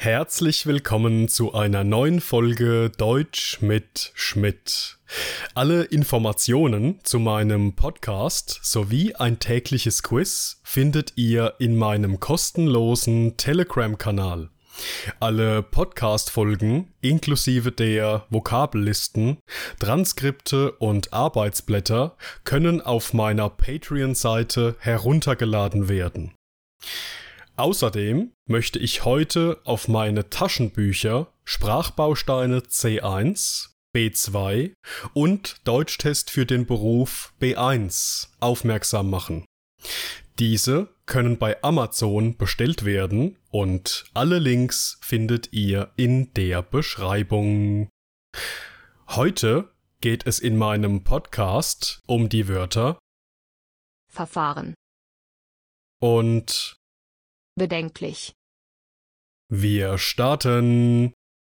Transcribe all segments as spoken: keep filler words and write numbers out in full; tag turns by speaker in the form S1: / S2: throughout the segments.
S1: Herzlich willkommen zu einer neuen Folge Deutsch mit Schmidt. Alle Informationen zu meinem Podcast sowie ein tägliches Quiz findet ihr in meinem kostenlosen Telegram-Kanal. Alle Podcast-Folgen inklusive der Vokabellisten, Transkripte und Arbeitsblätter können auf meiner Patreon-Seite heruntergeladen werden. Außerdem möchte ich heute auf meine Taschenbücher Sprachbausteine C eins, B zwei und Deutschtest für den Beruf B eins aufmerksam machen. Diese können bei Amazon bestellt werden und alle Links findet ihr in der Beschreibung. Heute geht es in meinem Podcast um die Wörter
S2: Verfahren.
S1: Und
S2: Bedenklich.
S1: wir starten.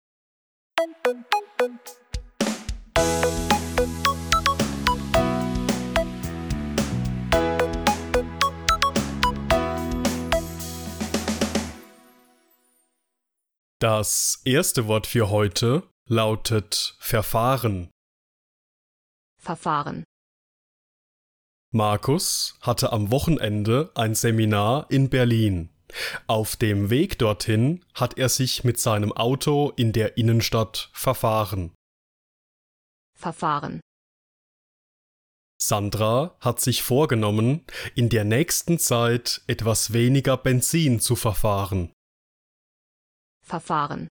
S1: Das erste Wort für heute lautet Verfahren.
S2: Verfahren.
S1: Markus hatte am Wochenende ein Seminar in Berlin. Auf dem Weg dorthin hat er sich mit seinem Auto in der Innenstadt verfahren.
S2: Verfahren.
S1: Sandra hat sich vorgenommen, in der nächsten Zeit etwas weniger Benzin zu verfahren.
S2: Verfahren.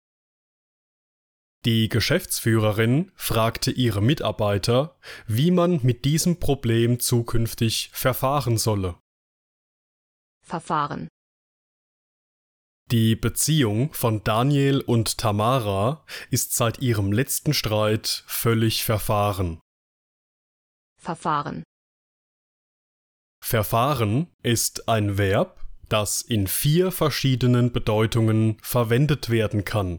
S1: Die Geschäftsführerin fragte ihre Mitarbeiter, wie man mit diesem Problem zukünftig verfahren solle.
S2: Verfahren.
S1: Die Beziehung von Daniel und Tamara ist seit ihrem letzten Streit völlig verfahren.
S2: Verfahren.
S1: Verfahren ist ein Verb, das in vier verschiedenen Bedeutungen verwendet werden kann.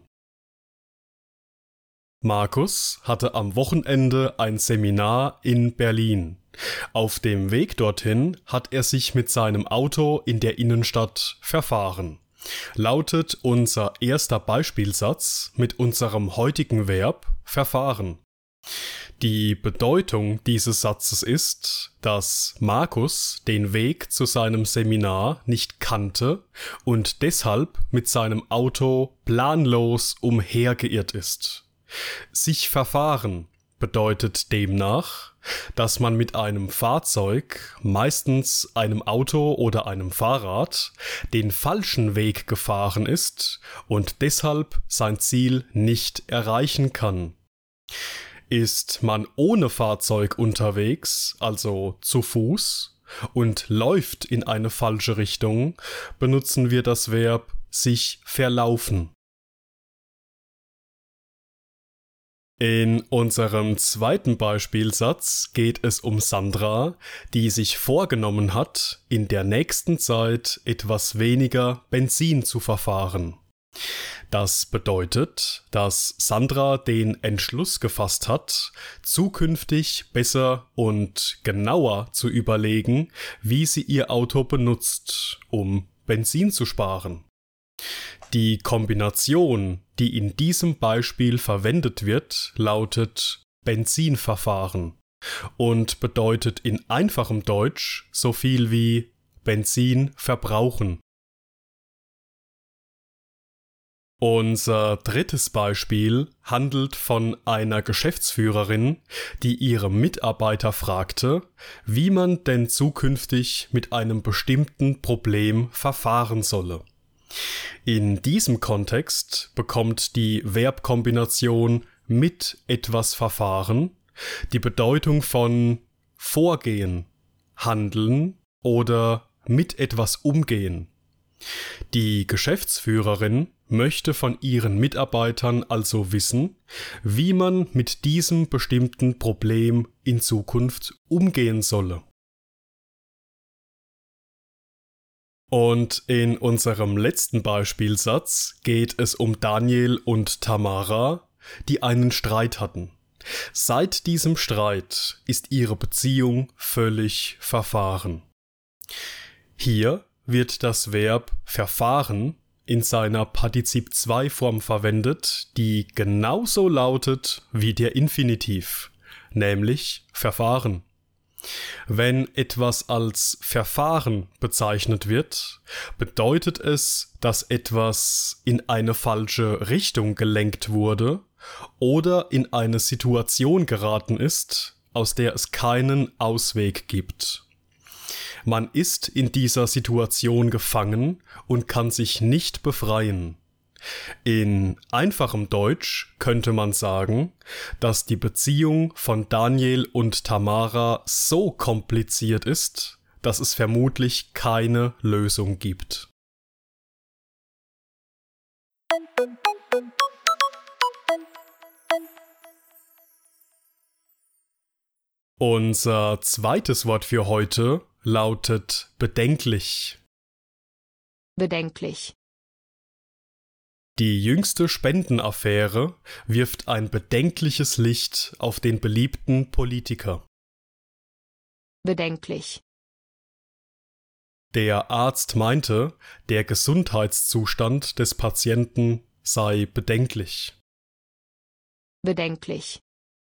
S1: Markus hatte am Wochenende ein Seminar in Berlin. Auf dem Weg dorthin hat er sich mit seinem Auto in der Innenstadt verfahren. Lautet unser erster Beispielsatz mit unserem heutigen Verb verfahren. Die Bedeutung dieses Satzes ist, dass Markus den Weg zu seinem Seminar nicht kannte und deshalb mit seinem Auto planlos umhergeirrt ist. Sich verfahren bedeutet demnach, dass man mit einem Fahrzeug, meistens einem Auto oder einem Fahrrad, den falschen Weg gefahren ist und deshalb sein Ziel nicht erreichen kann. Ist man ohne Fahrzeug unterwegs, also zu Fuß, und läuft in eine falsche Richtung, benutzen wir das Verb sich verlaufen. In unserem zweiten Beispielsatz geht es um Sandra, die sich vorgenommen hat, in der nächsten Zeit etwas weniger Benzin zu verfahren. Das bedeutet, dass Sandra den Entschluss gefasst hat, zukünftig besser und genauer zu überlegen, wie sie ihr Auto benutzt, um Benzin zu sparen. Die Kombination, die in diesem Beispiel verwendet wird, lautet Benzinverfahren und bedeutet in einfachem Deutsch so viel wie Benzin verbrauchen. Unser drittes Beispiel handelt von einer Geschäftsführerin, die ihre Mitarbeiter fragte, wie man denn zukünftig mit einem bestimmten Problem verfahren solle. In diesem Kontext bekommt die Verbkombination mit etwas verfahren die Bedeutung von vorgehen, handeln oder mit etwas umgehen. Die Geschäftsführerin möchte von ihren Mitarbeitern also wissen, wie man mit diesem bestimmten Problem in Zukunft umgehen solle. Und in unserem letzten Beispielsatz geht es um Daniel und Tamara, die einen Streit hatten. Seit diesem Streit ist ihre Beziehung völlig verfahren. Hier wird das Verb verfahren in seiner Partizip zwei Form verwendet, die genauso lautet wie der Infinitiv, nämlich Verfahren. Wenn etwas als Verfahren bezeichnet wird, bedeutet es, dass etwas in eine falsche Richtung gelenkt wurde oder in eine Situation geraten ist, aus der es keinen Ausweg gibt. Man ist in dieser Situation gefangen und kann sich nicht befreien. In einfachem Deutsch könnte man sagen, dass die Beziehung von Daniel und Tamara so kompliziert ist, dass es vermutlich keine Lösung gibt. Unser zweites Wort für heute lautet bedenklich.
S2: Bedenklich.
S1: Die jüngste Spendenaffäre wirft ein bedenkliches Licht auf den beliebten Politiker.
S2: Bedenklich.
S1: Der Arzt meinte, der Gesundheitszustand des Patienten sei bedenklich.
S2: Bedenklich.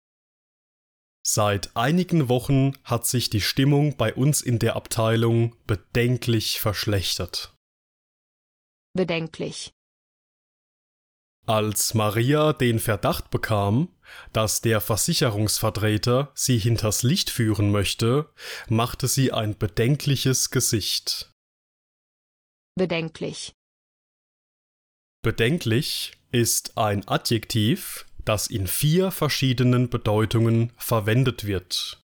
S1: Seit einigen Wochen hat sich die Stimmung bei uns in der Abteilung bedenklich verschlechtert.
S2: Bedenklich.
S1: Als Maria den Verdacht bekam, dass der Versicherungsvertreter sie hinters Licht führen möchte, machte sie ein bedenkliches Gesicht.
S2: Bedenklich.
S1: Bedenklich ist ein Adjektiv, das in vier verschiedenen Bedeutungen verwendet wird.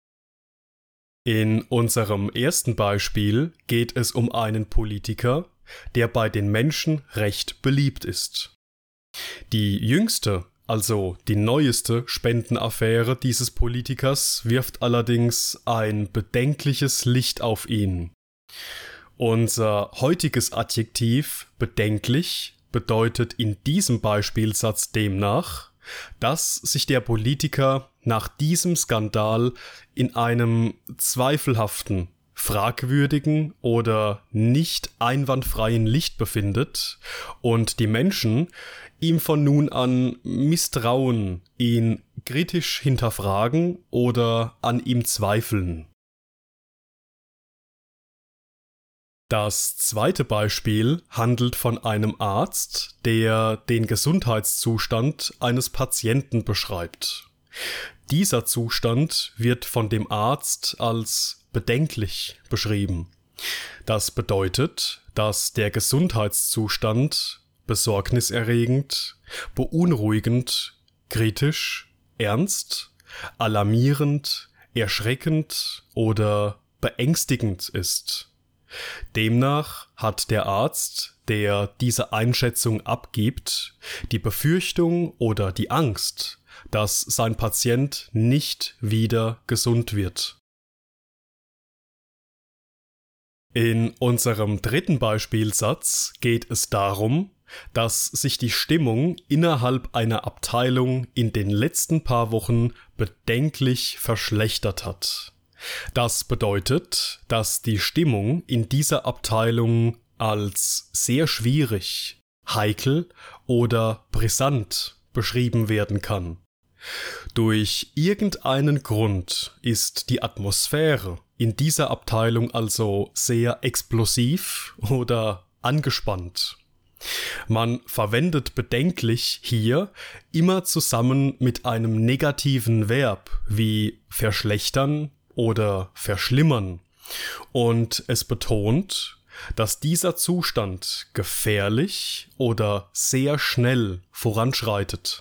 S1: In unserem ersten Beispiel geht es um einen Politiker, der bei den Menschen recht beliebt ist. Die jüngste, also die neueste Spendenaffäre dieses Politikers wirft allerdings ein bedenkliches Licht auf ihn. Unser heutiges Adjektiv bedenklich bedeutet in diesem Beispielsatz demnach, dass sich der Politiker nach diesem Skandal in einem zweifelhaften, fragwürdigen oder nicht einwandfreien Licht befindet und die Menschen ihm von nun an misstrauen, ihn kritisch hinterfragen oder an ihm zweifeln. Das zweite Beispiel handelt von einem Arzt, der den Gesundheitszustand eines Patienten beschreibt. Dieser Zustand wird von dem Arzt als bedenklich beschrieben. Das bedeutet, dass der Gesundheitszustand besorgniserregend, beunruhigend, kritisch, ernst, alarmierend, erschreckend oder beängstigend ist. Demnach hat der Arzt, der diese Einschätzung abgibt, die Befürchtung oder die Angst, dass sein Patient nicht wieder gesund wird. In unserem dritten Beispielsatz geht es darum, dass sich die Stimmung innerhalb einer Abteilung in den letzten paar Wochen bedenklich verschlechtert hat. Das bedeutet, dass die Stimmung in dieser Abteilung als sehr schwierig, heikel oder brisant beschrieben werden kann. Durch irgendeinen Grund ist die Atmosphäre in dieser Abteilung also sehr explosiv oder angespannt. Man verwendet bedenklich hier immer zusammen mit einem negativen Verb wie verschlechtern oder verschlimmern und es betont, dass dieser Zustand gefährlich oder sehr schnell voranschreitet.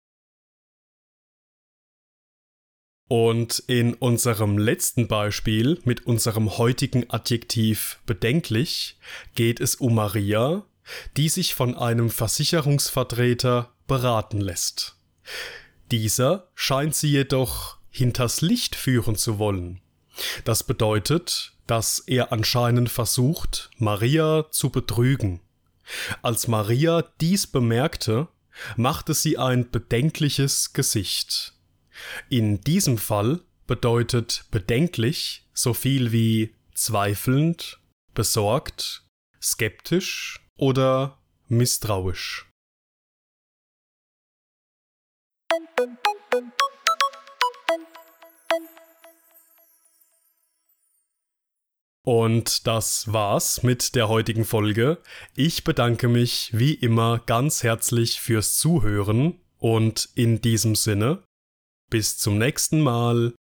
S1: Und in unserem letzten Beispiel mit unserem heutigen Adjektiv bedenklich geht es um Maria, die sich von einem Versicherungsvertreter beraten lässt. Dieser scheint sie jedoch hinters Licht führen zu wollen. Das bedeutet, dass er anscheinend versucht, Maria zu betrügen. Als Maria dies bemerkte, machte sie ein bedenkliches Gesicht. In diesem Fall bedeutet bedenklich so viel wie zweifelnd, besorgt, skeptisch oder misstrauisch. Und das war's mit der heutigen Folge. Ich bedanke mich wie immer ganz herzlich fürs Zuhören und in diesem Sinne, bis zum nächsten Mal.